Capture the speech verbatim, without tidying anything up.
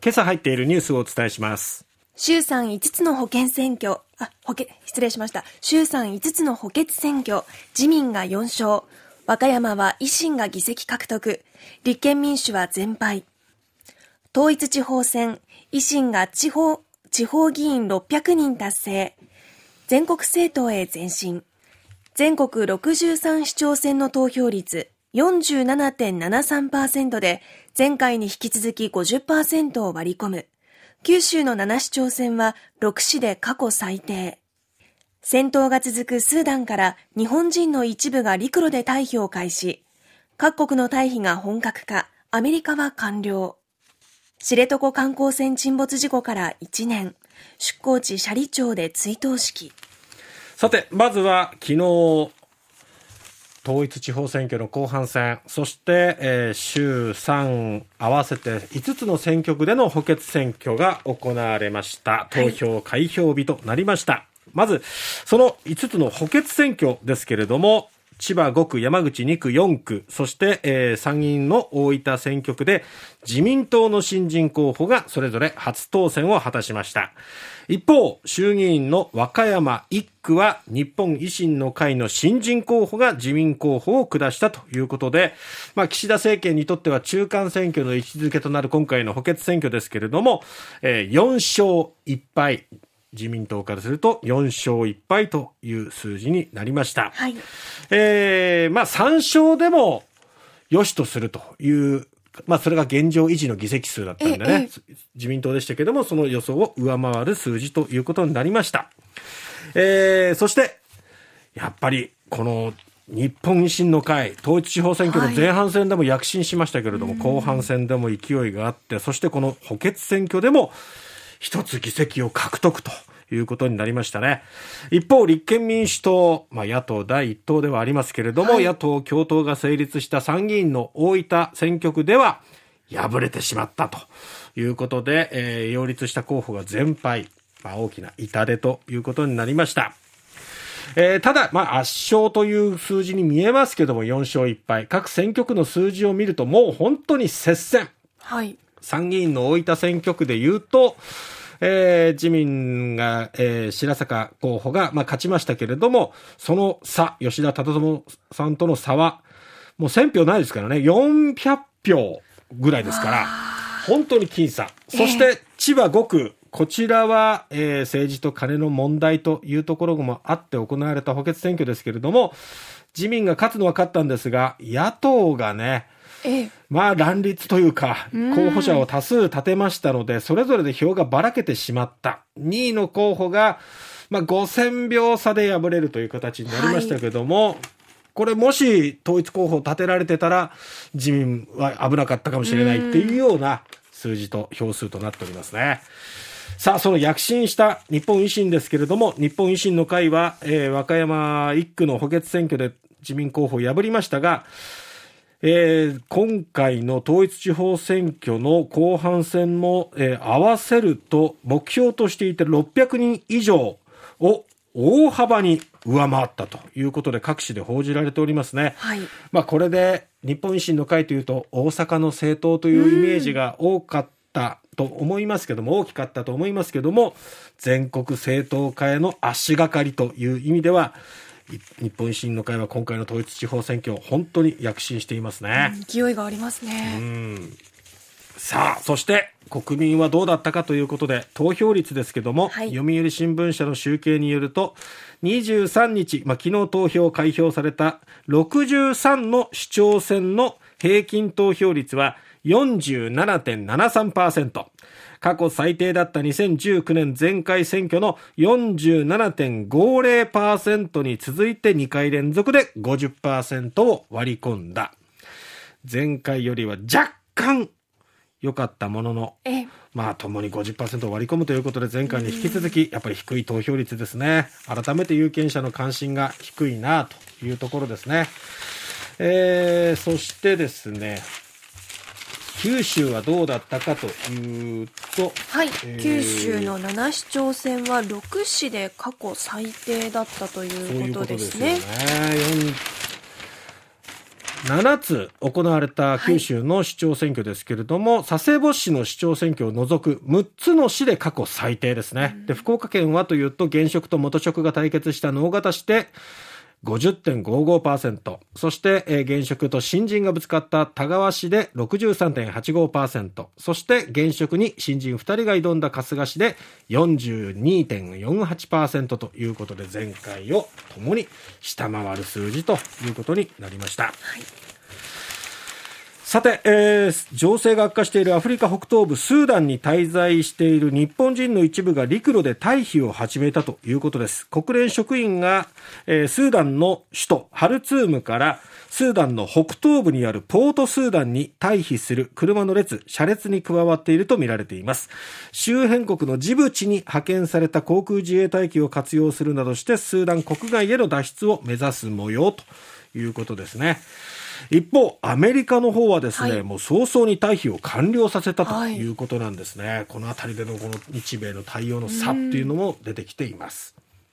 今朝入っているニュースをお伝えします。 衆参いつつの補欠選挙、あ、補欠、失礼しました。衆参いつつの補欠選挙、自民がよん勝、和歌山は維新が議席獲得、立憲民主は全敗。統一地方選、維新が地方、地方議員ろっぴゃくにん達成、全国政党へ前進。全国ろくじゅうさん市長選の投票率 よんじゅうななてんななさんパーセント で前回に引き続き ごじゅっパーセント を割り込む。九州のなな市長選はろく市で過去最低。戦闘が続くスーダンから日本人の一部が陸路で退避を開始。各国の退避が本格化、アメリカは完了。知床観光船沈没事故からいちねん、出港地斜里町で追悼式。 さて、まずは昨日統一地方選挙の後半戦、そして、えー、衆参合わせていつつの選挙区での補欠選挙が行われました。投票開票日となりました、はい、まずそのいつつの補欠選挙ですけれども、千葉ごく、山口にく、よんく、そして、えー、参議院の大分選挙区で自民党の新人候補がそれぞれ初当選を果たしました。一方、衆議院の和歌山いっくは日本維新の会の新人候補が自民候補を下したということで、まあ、岸田政権にとっては中間選挙の位置づけとなる今回の補欠選挙ですけれども、えー、よん勝いっ敗、自民党からするとよん勝いっ敗という数字になりました、 はい。 えーまあ、さん勝でも良しとするという、まあ、それが現状維持の議席数だったんでね、自民党でしたけども、その予想を上回る数字ということになりました。えー、そしてやっぱりこの日本維新の会、統一地方選挙の前半戦でも躍進しましたけれども、はい、後半戦でも勢いがあって、そしてこの補欠選挙でも一つ議席を獲得ということになりましたね。一方、立憲民主党、まあ、野党第一党ではありますけれども、はい、野党共闘が成立した参議院の大分選挙区では敗れてしまったということで、えー、擁立した候補が全敗、まあ、大きな痛手ということになりました。えー、ただ、まあ、圧勝という数字に見えますけども、よん勝いっ敗、各選挙区の数字を見るともう本当に接戦。 はい。 参議院の大分選挙区でいうと、えー、自民が、えー、白坂候補が、まあ、勝ちましたけれども、その差、吉田忠智さんとの差はもうせん票ないですからね、よんひゃく票ぐらいですから、本当に僅差。そして千葉ごく、こちらは、えー、政治と金の問題というところもあって行われた補欠選挙ですけれども、自民が勝つのは勝ったんですが、野党がね、ええ、まあ乱立というか候補者を多数立てましたので、それぞれで票がばらけてしまった。にいの候補が、まあ、ごせん票差で敗れるという形になりましたけども、はい、これもし統一候補を立てられてたら自民は危なかったかもしれないっていうような数字と票数となっておりますね。さあ、その躍進した日本維新ですけれども、日本維新の会は、えー、和歌山いっくの補欠選挙で自民候補を破りましたが、えー、今回の統一地方選挙の後半戦も、えー、合わせると目標としていたろっぴゃくにん以上を大幅に上回ったということで各紙で報じられておりますね。はい。まあ、これで日本維新の会というと大阪の政党というイメージが多かったと思いますけども、大きかったと思いますけども、全国政党化への足がかりという意味では日本維新の会は今回の統一地方選挙本当に躍進していますね、 うん、勢いがありますね。 うん。さあ、そして国民はどうだったかということで、投票率ですけども、はい、読売新聞社の集計によるとにじゅうさんにち、まあ、昨日投票開票されたろくじゅうさんの市長選の平均投票率は よんじゅうななてんななさんパーセント、過去最低だったにせんじゅうきゅうねん前回選挙の よんじゅうななてんごぜろパーセント に続いてにかい連続で ごじゅっパーセント を割り込んだ。前回よりは若干良かったものの、まあともに ごじゅっパーセント を割り込むということで、前回に引き続きやっぱり低い投票率ですね。改めて有権者の関心が低いなというところですね。えー、そしてですね、九州はどうだったかというと、 はい、えー、九州のなな市長選はろく市で過去最低だったということですね。 そういうことですよね。 ななつ行われた九州の市長選挙ですけれども、はい、佐世保市の市長選挙を除くむっつの市で過去最低ですね、うん、で福岡県はというと現職と元職が対決した直方市で ごじゅってんごごパーセント、 そして、えー、現職と新人がぶつかった田川市で ろくじゅうさんてんはちごパーセント、 そして現職に新人ふたりが挑んだ春日市で よんじゅうにてんよんはちパーセント ということで前回をともに下回る数字ということになりました、はい。さて、えー、情勢が悪化しているアフリカ北東部スーダンに滞在している日本人の一部が陸路で退避を始めたということです。国連職員が、えー、スーダンの首都ハルツームからスーダンの北東部にあるポートスーダンに退避する車の列、車列に加わっているとみられています。周辺国のジブチに派遣された航空自衛隊機を活用するなどしてスーダン国外への脱出を目指す模様ということですね。一方アメリカの方はですね、はい、もう早々に退避を完了させたということなんですね、はい、このあたりでのこの日米の対応の差っていうのも出てきています。